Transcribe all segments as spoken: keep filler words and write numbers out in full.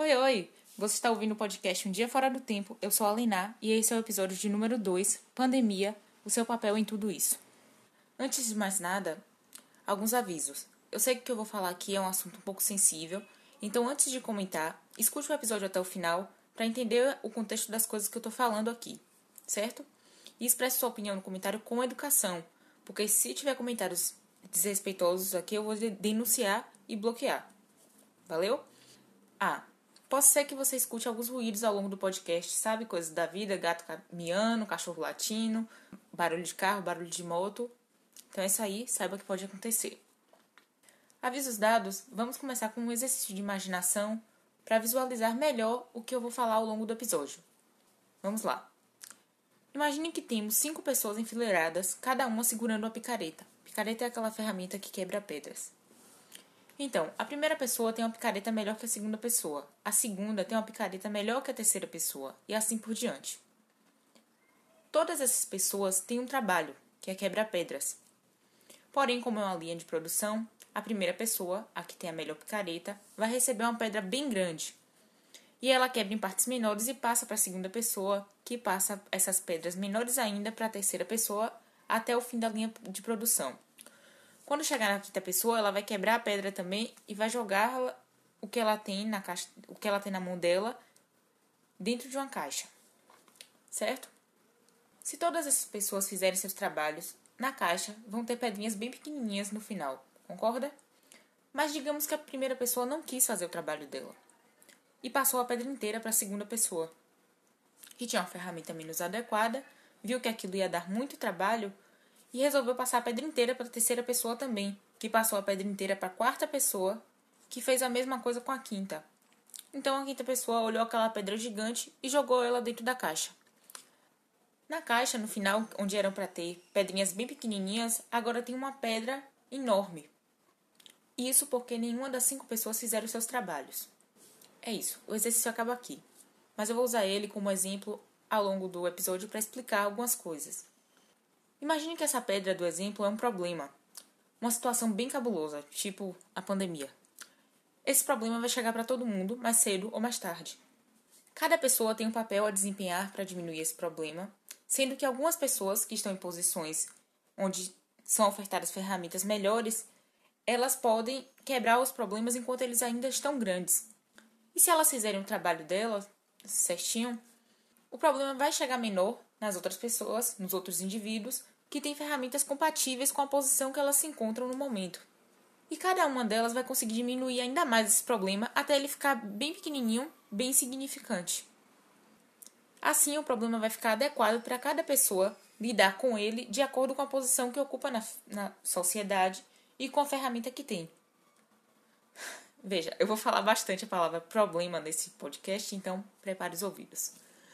Oi, oi! Você está ouvindo o podcast Um Dia Fora do Tempo, eu sou a Lená e esse é o episódio de número dois, Pandemia, o seu papel em tudo isso. Antes de mais nada, alguns avisos. Eu sei que o que eu vou falar aqui é um assunto um pouco sensível, então antes de comentar, escute o episódio até o final para entender o contexto das coisas que eu estou falando aqui, certo? E expresse sua opinião no comentário com educação, porque se tiver comentários desrespeitosos aqui, eu vou denunciar e bloquear. Valeu? Ah, pode ser que você escute alguns ruídos ao longo do podcast, sabe? Coisas da vida, gato miando, cachorro latindo, barulho de carro, barulho de moto. Então é isso aí, saiba que pode acontecer. Avisos dados, vamos começar com um exercício de imaginação para visualizar melhor o que eu vou falar ao longo do episódio. Vamos lá. Imagine que temos cinco pessoas enfileiradas, cada uma segurando uma picareta. Picareta é aquela ferramenta que quebra pedras. Então, a primeira pessoa tem uma picareta melhor que a segunda pessoa. A segunda tem uma picareta melhor que a terceira pessoa. E assim por diante. Todas essas pessoas têm um trabalho, que é quebrar pedras. Porém, como é uma linha de produção, a primeira pessoa, a que tem a melhor picareta, vai receber uma pedra bem grande. E ela quebra em partes menores e passa para a segunda pessoa, que passa essas pedras menores ainda para a terceira pessoa até o fim da linha de produção. Quando chegar na quinta pessoa, ela vai quebrar a pedra também e vai jogar o que ela tem na caixa, o que ela tem na mão dela dentro de uma caixa. Certo? Se todas essas pessoas fizerem seus trabalhos, na caixa vão ter pedrinhas bem pequenininhas no final. Concorda? Mas digamos que a primeira pessoa não quis fazer o trabalho dela e passou a pedra inteira para a segunda pessoa, que tinha uma ferramenta menos adequada, viu que aquilo ia dar muito trabalho e resolveu passar a pedra inteira para a terceira pessoa também, que passou a pedra inteira para a quarta pessoa, que fez a mesma coisa com a quinta. Então a quinta pessoa olhou aquela pedra gigante e jogou ela dentro da caixa. Na caixa, no final, onde eram para ter pedrinhas bem pequenininhas, agora tem uma pedra enorme. Isso porque nenhuma das cinco pessoas fizeram seus trabalhos. É isso, o exercício acaba aqui. Mas eu vou usar ele como exemplo ao longo do episódio para explicar algumas coisas. Imagine que essa pedra do exemplo é um problema, uma situação bem cabulosa, tipo a pandemia. Esse problema vai chegar para todo mundo, mais cedo ou mais tarde. Cada pessoa tem um papel a desempenhar para diminuir esse problema, sendo que algumas pessoas que estão em posições onde são ofertadas ferramentas melhores, elas podem quebrar os problemas enquanto eles ainda estão grandes. E se elas fizerem o trabalho delas certinho, o problema vai chegar menor nas outras pessoas, nos outros indivíduos, que têm ferramentas compatíveis com a posição que elas se encontram no momento. E cada uma delas vai conseguir diminuir ainda mais esse problema até ele ficar bem pequenininho, bem insignificante. Assim, o problema vai ficar adequado para cada pessoa lidar com ele de acordo com a posição que ocupa na, na sociedade e com a ferramenta que tem. Veja, eu vou falar bastante a palavra problema nesse podcast, então prepare os ouvidos.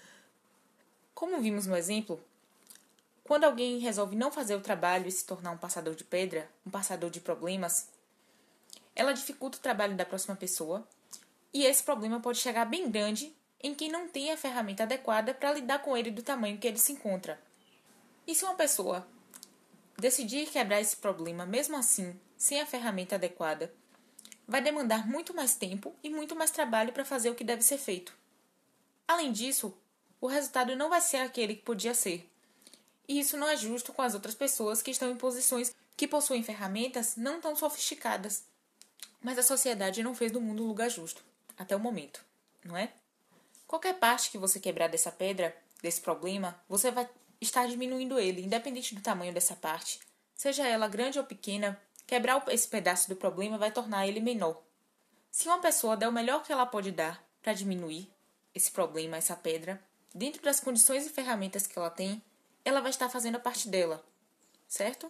Como vimos no exemplo, quando alguém resolve não fazer o trabalho e se tornar um passador de pedra, um passador de problemas, ela dificulta o trabalho da próxima pessoa e esse problema pode chegar bem grande em quem não tem a ferramenta adequada para lidar com ele do tamanho que ele se encontra. E se uma pessoa decidir quebrar esse problema mesmo assim, sem a ferramenta adequada, vai demandar muito mais tempo e muito mais trabalho para fazer o que deve ser feito. Além disso, o resultado não vai ser aquele que podia ser. E isso não é justo com as outras pessoas que estão em posições que possuem ferramentas não tão sofisticadas. Mas a sociedade não fez do mundo um lugar justo, até o momento, não é? Qualquer parte que você quebrar dessa pedra, desse problema, você vai estar diminuindo ele, independente do tamanho dessa parte. Seja ela grande ou pequena, quebrar esse pedaço do problema vai tornar ele menor. Se uma pessoa der o melhor que ela pode dar para diminuir esse problema, essa pedra, dentro das condições e ferramentas que ela tem, ela vai estar fazendo a parte dela, certo?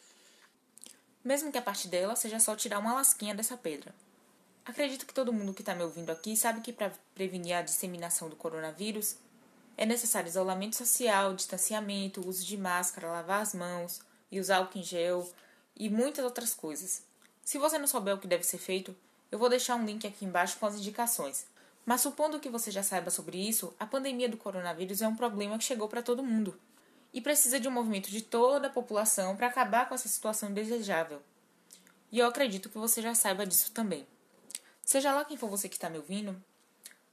Mesmo que a parte dela seja só tirar uma lasquinha dessa pedra. Acredito que todo mundo que está me ouvindo aqui sabe que para prevenir a disseminação do coronavírus é necessário isolamento social, distanciamento, uso de máscara, lavar as mãos e usar álcool em gel e muitas outras coisas. Se você não souber o que deve ser feito, eu vou deixar um link aqui embaixo com as indicações. Mas supondo que você já saiba sobre isso, a pandemia do coronavírus é um problema que chegou para todo mundo e precisa de um movimento de toda a população para acabar com essa situação indesejável. E eu acredito que você já saiba disso também. Seja lá quem for você que está me ouvindo,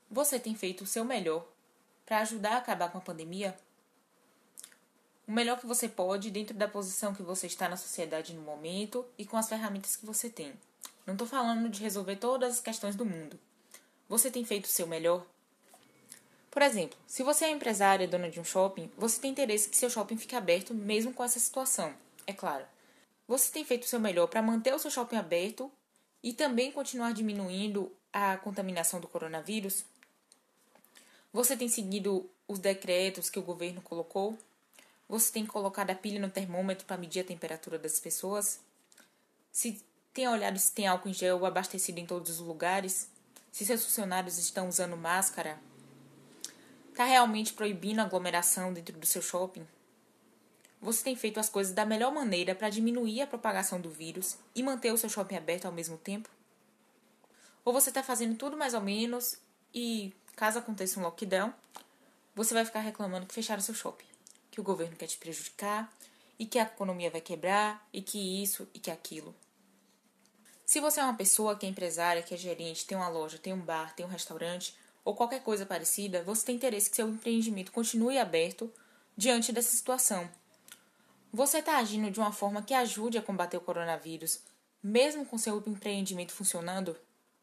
Você tem feito o seu melhor para ajudar a acabar com a pandemia? O melhor que você pode dentro da posição que você está na sociedade no momento e com as ferramentas que você tem. Não estou falando de resolver todas as questões do mundo. Você tem feito o seu melhor? Por exemplo, se você é empresária e dona de um shopping, você tem interesse que seu shopping fique aberto mesmo com essa situação, é claro. Você tem feito o seu melhor para manter o seu shopping aberto e também continuar diminuindo a contaminação do coronavírus? Você tem seguido os decretos que o governo colocou? Você tem colocado a pilha no termômetro para medir a temperatura das pessoas? Se tem olhado se tem álcool em gel abastecido em todos os lugares? Se seus funcionários estão usando máscara? Está realmente proibindo a aglomeração dentro do seu shopping? Você tem feito as coisas da melhor maneira para diminuir a propagação do vírus e manter o seu shopping aberto ao mesmo tempo? Ou você está fazendo tudo mais ou menos e, caso aconteça um lockdown, você vai ficar reclamando que fecharam seu shopping, que o governo quer te prejudicar e que a economia vai quebrar e que isso e que aquilo. Se você é uma pessoa que é empresária, que é gerente, tem uma loja, tem um bar, tem um restaurante ou qualquer coisa parecida, você tem interesse que seu empreendimento continue aberto diante dessa situação. Você está agindo de uma forma que ajude a combater o coronavírus, mesmo com seu empreendimento funcionando?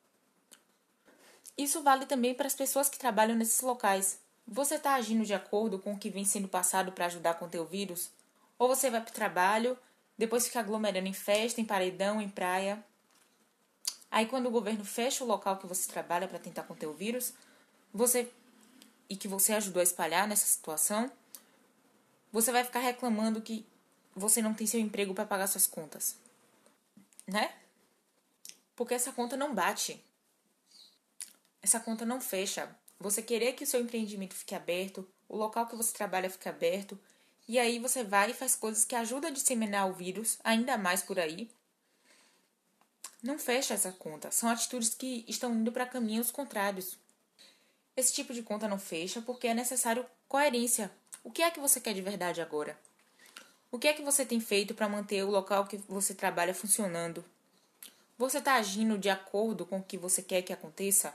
Isso vale também para as pessoas que trabalham nesses locais. Você está agindo de acordo com o que vem sendo passado para ajudar a conter o vírus? Ou você vai para o trabalho, depois fica aglomerando em festa, em paredão, em praia? Aí quando o governo fecha o local que você trabalha para tentar conter o vírus, você e que você ajudou a espalhar nessa situação, você vai ficar reclamando que você não tem seu emprego para pagar suas contas, né? Porque essa conta não bate. Essa conta não fecha. Você querer que o seu empreendimento fique aberto, o local que você trabalha fique aberto, e aí você vai e faz coisas que ajudam a disseminar o vírus ainda mais por aí. Não fecha essa conta. São atitudes que estão indo para caminhos contrários. Esse tipo de conta não fecha porque é necessário coerência. O que é que você quer de verdade agora? O que é que você tem feito para manter o local que você trabalha funcionando? Você está agindo de acordo com o que você quer que aconteça?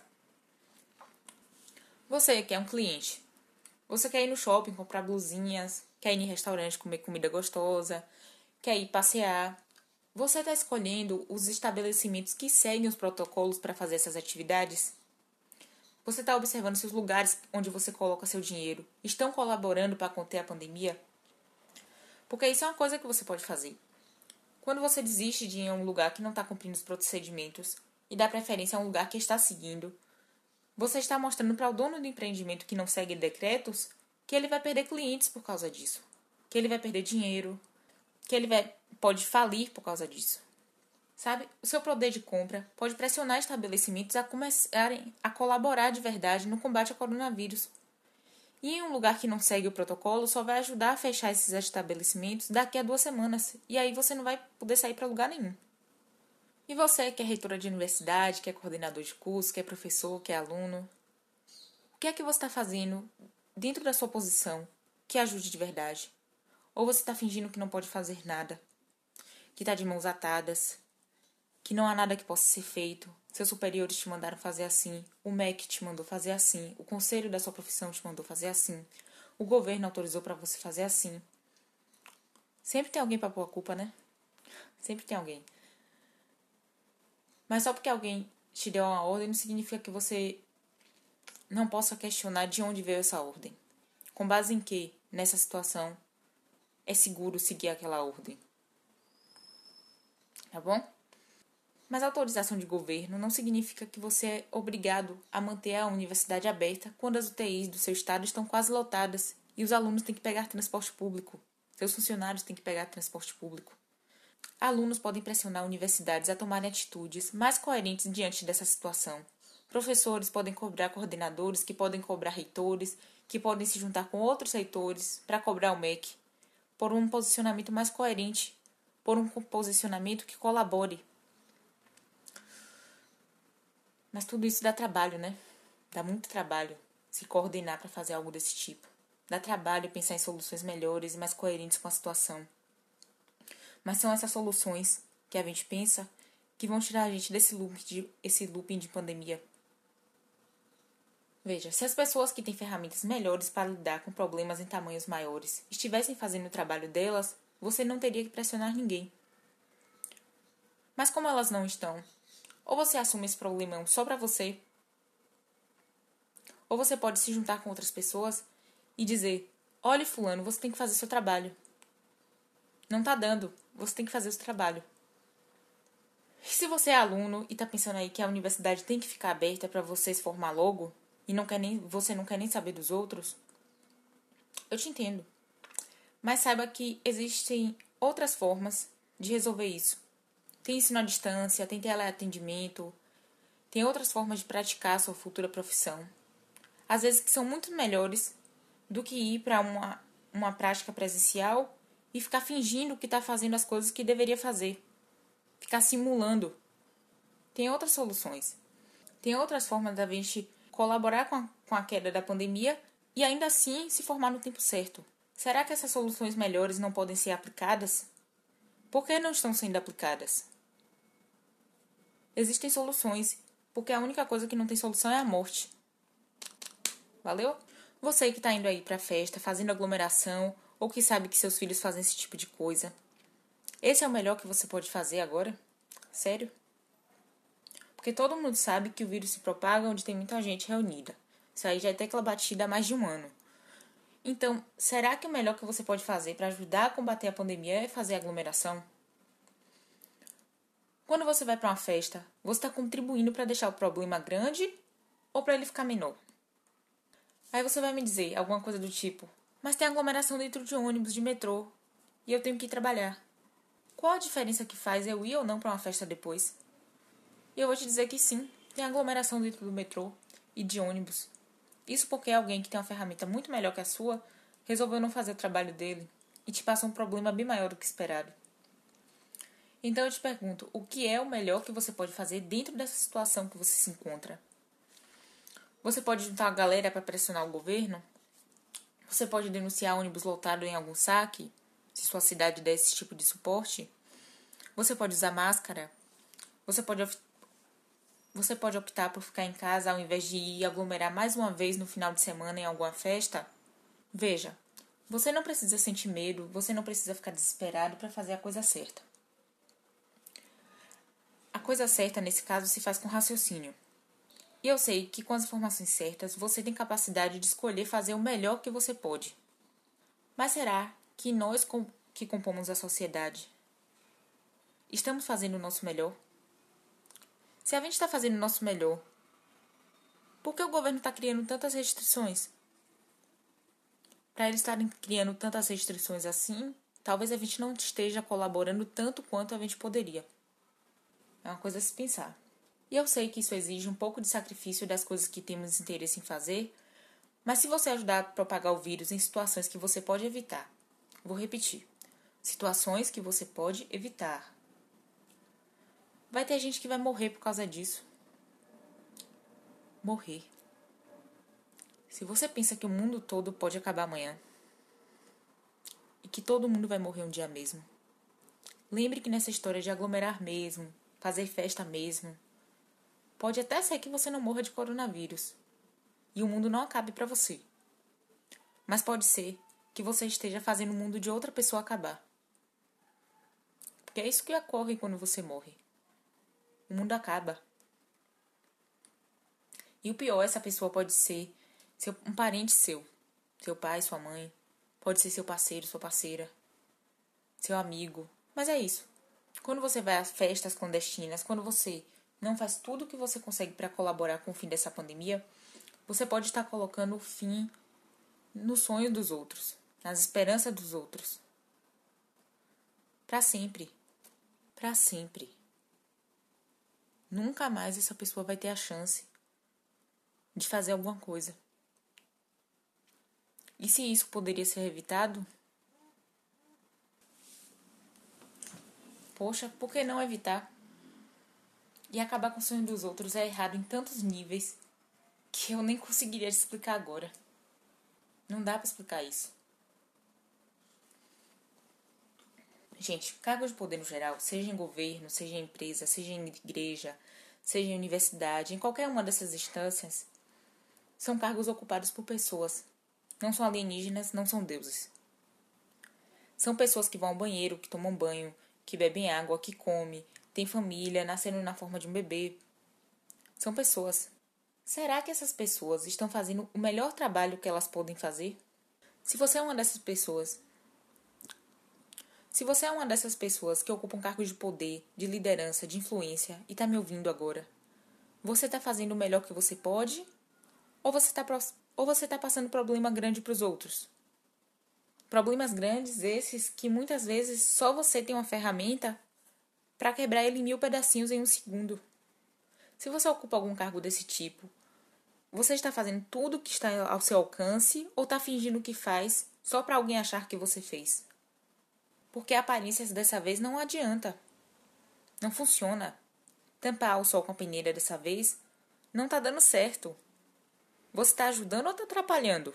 Você que é um cliente. Você quer ir no shopping comprar blusinhas, quer ir em restaurante comer comida gostosa, quer ir passear. Você está escolhendo os estabelecimentos que seguem os protocolos para fazer essas atividades? Você está observando se os lugares onde você coloca seu dinheiro estão colaborando para conter a pandemia? Porque isso é uma coisa que você pode fazer. Quando você desiste de ir a um lugar que não está cumprindo os procedimentos e dá preferência a um lugar que está seguindo, você está mostrando para o dono do empreendimento que não segue decretos que ele vai perder clientes por causa disso, que ele vai perder dinheiro, que ele vai, pode falir por causa disso. Sabe? O seu poder de compra pode pressionar estabelecimentos a começarem a colaborar de verdade no combate ao coronavírus. E em um lugar que não segue o protocolo, só vai ajudar a fechar esses estabelecimentos daqui a duas semanas. E aí você não vai poder sair para lugar nenhum. E você, que é reitora de universidade, que é coordenador de curso, que é professor, que é aluno, o que é que você está fazendo dentro da sua posição que ajude de verdade? Ou você está fingindo que não pode fazer nada, que está de mãos atadas, que não há nada que possa ser feito, seus superiores te mandaram fazer assim, o M E C te mandou fazer assim, o conselho da sua profissão te mandou fazer assim, o governo autorizou para você fazer assim. Sempre tem alguém para pôr a culpa, né? Sempre tem alguém. Mas só porque alguém te deu uma ordem não significa que você não possa questionar de onde veio essa ordem. Com base em que, nessa situação, é seguro seguir aquela ordem. Tá bom? Mas a autorização de governo não significa que você é obrigado a manter a universidade aberta quando as U T Is do seu estado estão quase lotadas e os alunos têm que pegar transporte público. Seus funcionários têm que pegar transporte público. Alunos podem pressionar universidades a tomarem atitudes mais coerentes diante dessa situação. Professores podem cobrar coordenadores, que podem cobrar reitores, que podem se juntar com outros reitores para cobrar o M E C, por um posicionamento mais coerente, por um posicionamento que colabore. Mas tudo isso dá trabalho, né? Dá muito trabalho se coordenar para fazer algo desse tipo. Dá trabalho pensar em soluções melhores e mais coerentes com a situação. Mas são essas soluções que a gente pensa que vão tirar a gente desse looping de, esse looping de pandemia. Veja, se as pessoas que têm ferramentas melhores para lidar com problemas em tamanhos maiores estivessem fazendo o trabalho delas, você não teria que pressionar ninguém. Mas como elas não estão, ou você assume esse problemão só para você, ou você pode se juntar com outras pessoas e dizer: olhe fulano, você tem que fazer seu trabalho. Não tá dando, você tem que fazer o seu trabalho. E se você é aluno e tá pensando aí que a universidade tem que ficar aberta para você se formar logo, e não quer nem, você não quer nem saber dos outros, eu te entendo. Mas saiba que existem outras formas de resolver isso. Tem ensino à distância, tem teleatendimento, tem outras formas de praticar a sua futura profissão. Às vezes que são muito melhores do que ir para uma, uma prática presencial e ficar fingindo que está fazendo as coisas que deveria fazer. Ficar simulando. Tem outras soluções. Tem outras formas da gente colaborar com a, com a queda da pandemia e ainda assim se formar no tempo certo. Será que essas soluções melhores não podem ser aplicadas? Por que não estão sendo aplicadas? Existem soluções, porque a única coisa que não tem solução é a morte. Valeu? Você que está indo aí para a festa, fazendo aglomeração, ou que sabe que seus filhos fazem esse tipo de coisa. Esse é o melhor que você pode fazer agora? Sério? Porque todo mundo sabe que o vírus se propaga onde tem muita gente reunida. Isso aí já é tecla batida há mais de um ano. Então, será que o melhor que você pode fazer para ajudar a combater a pandemia é fazer aglomeração? Quando você vai para uma festa, você está contribuindo para deixar o problema grande ou para ele ficar menor? Aí você vai me dizer alguma coisa do tipo: mas tem aglomeração dentro de ônibus, de metrô, e eu tenho que ir trabalhar. Qual a diferença que faz eu ir ou não para uma festa depois? E eu vou te dizer que sim, tem aglomeração dentro do metrô e de ônibus. Isso porque alguém que tem uma ferramenta muito melhor que a sua resolveu não fazer o trabalho dele e te passa um problema bem maior do que esperado. Então eu te pergunto, o que é o melhor que você pode fazer dentro dessa situação que você se encontra? Você pode juntar a galera para pressionar o governo? Você pode denunciar ônibus lotado em algum saque, se sua cidade der esse tipo de suporte? Você pode usar máscara? Você pode Você pode optar por ficar em casa ao invés de ir aglomerar mais uma vez no final de semana em alguma festa? Veja, você não precisa sentir medo, você não precisa ficar desesperado para fazer a coisa certa. A coisa certa, nesse caso, se faz com raciocínio. E eu sei que com as informações certas, você tem capacidade de escolher fazer o melhor que você pode. Mas será que nós que compomos a sociedade estamos fazendo o nosso melhor? Se a gente está fazendo o nosso melhor, por que o governo está criando tantas restrições? Para eles estarem criando tantas restrições assim, talvez a gente não esteja colaborando tanto quanto a gente poderia. É uma coisa a se pensar. E eu sei que isso exige um pouco de sacrifício das coisas que temos interesse em fazer, mas se você ajudar a propagar o vírus em situações que você pode evitar, vou repetir, situações que você pode evitar. Vai ter gente que vai morrer por causa disso. Morrer. Se você pensa que o mundo todo pode acabar amanhã e que todo mundo vai morrer um dia mesmo, lembre que nessa história de aglomerar mesmo, fazer festa mesmo, pode até ser que você não morra de coronavírus e o mundo não acabe para você. Mas pode ser que você esteja fazendo o mundo de outra pessoa acabar. Porque é isso que ocorre quando você morre. O mundo acaba. E o pior, essa pessoa pode ser seu, um parente seu. Seu pai, sua mãe. Pode ser seu parceiro, sua parceira. Seu amigo. Mas é isso. Quando você vai a festas clandestinas, quando você não faz tudo o que você consegue para colaborar com o fim dessa pandemia, você pode estar colocando o fim no sonho dos outros, nas esperanças dos outros. Para sempre. Para sempre. Nunca mais essa pessoa vai ter a chance de fazer alguma coisa. E se isso poderia ser evitado? Poxa, por que não evitar? E acabar com o sonho dos outros é errado em tantos níveis que eu nem conseguiria te explicar agora. Não dá pra explicar isso. Gente, cargo de poder no geral, seja em governo, seja em empresa, seja em igreja, seja em universidade, em qualquer uma dessas instâncias, são cargos ocupados por pessoas. Não são alienígenas, não são deuses. São pessoas que vão ao banheiro, que tomam banho, que bebem água, que comem, têm família, nasceram na forma de um bebê. São pessoas. Será que essas pessoas estão fazendo o melhor trabalho que elas podem fazer? Se você é uma dessas pessoas, se você é uma dessas pessoas que ocupam cargos de poder, de liderança, de influência e está me ouvindo agora, você está fazendo o melhor que você pode? Ou você está ou você está passando problema grande para os outros? Problemas grandes esses que muitas vezes só você tem uma ferramenta para quebrar ele em mil pedacinhos em um segundo. Se você ocupa algum cargo desse tipo, você está fazendo tudo o que está ao seu alcance ou está fingindo que faz só para alguém achar que você fez? Porque a aparência dessa vez não adianta. Não funciona. Tampar o sol com a peneira dessa vez não está dando certo. Você está ajudando ou está atrapalhando?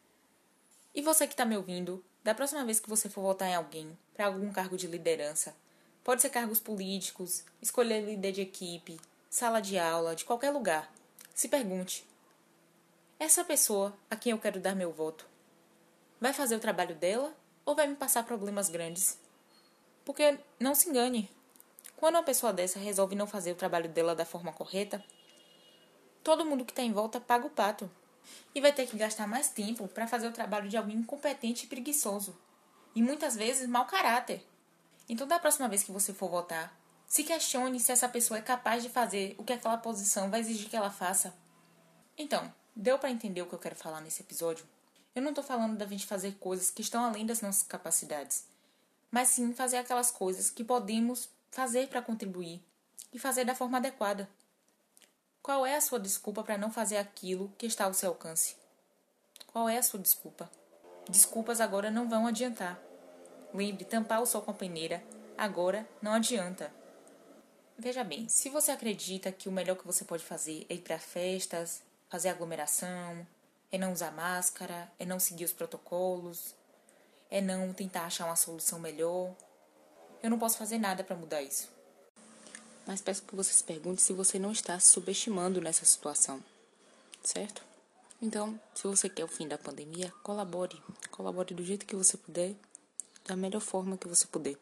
E você que está me ouvindo, da próxima vez que você for votar em alguém para algum cargo de liderança, pode ser cargos políticos, escolher líder de equipe, sala de aula, de qualquer lugar, se pergunte: essa pessoa a quem eu quero dar meu voto vai fazer o trabalho dela ou vai me passar problemas grandes? Porque, não se engane, quando uma pessoa dessa resolve não fazer o trabalho dela da forma correta, todo mundo que está em volta paga o pato e vai ter que gastar mais tempo para fazer o trabalho de alguém incompetente e preguiçoso, e muitas vezes mau caráter. Então, da próxima vez que você for votar, se questione se essa pessoa é capaz de fazer o que aquela posição vai exigir que ela faça. Então, deu para entender o que eu quero falar nesse episódio? Eu não estou falando da gente fazer coisas que estão além das nossas capacidades, mas sim fazer aquelas coisas que podemos fazer para contribuir e fazer da forma adequada. Qual é a sua desculpa para não fazer aquilo que está ao seu alcance? Qual é a sua desculpa? Desculpas agora não vão adiantar. Lembre, tampar o sol com a peneira agora não adianta. Veja bem, se você acredita que o melhor que você pode fazer é ir para festas, fazer aglomeração, é não usar máscara, é não seguir os protocolos, é não tentar achar uma solução melhor, eu não posso fazer nada para mudar isso. Mas peço que você se pergunte se você não está se subestimando nessa situação, certo? Então, se você quer o fim da pandemia, colabore. Colabore do jeito que você puder, da melhor forma que você puder.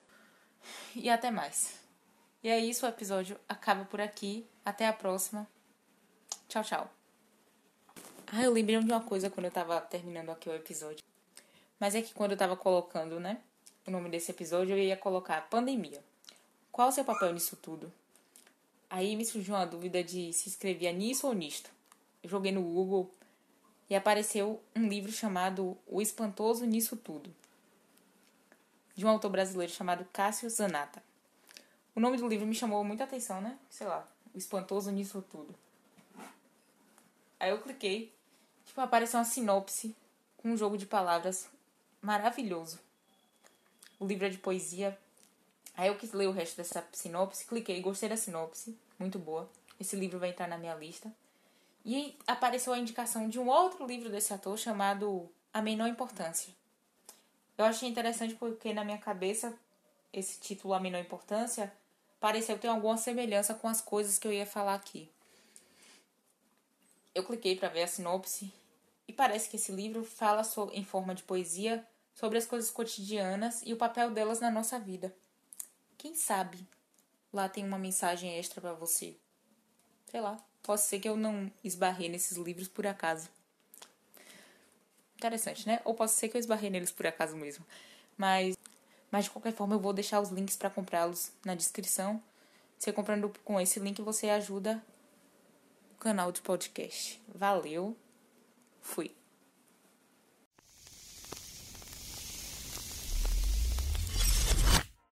E até mais. E é isso, o episódio acaba por aqui. Até a próxima. Tchau, tchau. Ah, eu lembrei de uma coisa quando eu tava terminando aqui o episódio. Mas é que quando eu tava colocando, né, o nome desse episódio, eu ia colocar pandemia. Qual o seu papel nisso tudo? Aí me surgiu uma dúvida de se escrevia nisso ou nisto. Eu joguei no Google e apareceu um livro chamado O Espantoso Nisso Tudo, de um autor brasileiro chamado Cássio Zanata. O nome do livro me chamou muita atenção, né? Sei lá, O Espantoso Nisso Tudo. Aí eu cliquei, tipo, apareceu uma sinopse com um jogo de palavras maravilhoso. O livro é de poesia. Aí eu quis ler o resto dessa sinopse, cliquei, gostei da sinopse, muito boa. Esse livro vai entrar na minha lista. E apareceu a indicação de um outro livro desse autor chamado A Menor Importância. Eu achei interessante porque na minha cabeça esse título A Menor Importância pareceu ter alguma semelhança com as coisas que eu ia falar aqui. Eu cliquei para ver a sinopse e parece que esse livro fala so- em forma de poesia sobre as coisas cotidianas e o papel delas na nossa vida. Quem sabe lá tem uma mensagem extra pra você. Sei lá, pode ser que eu não esbarrei nesses livros por acaso. Interessante, né? Ou pode ser que eu esbarrei neles por acaso mesmo. Mas, mas de qualquer forma eu vou deixar os links pra comprá-los na descrição. Você comprando com esse link você ajuda o canal de podcast. Valeu, fui.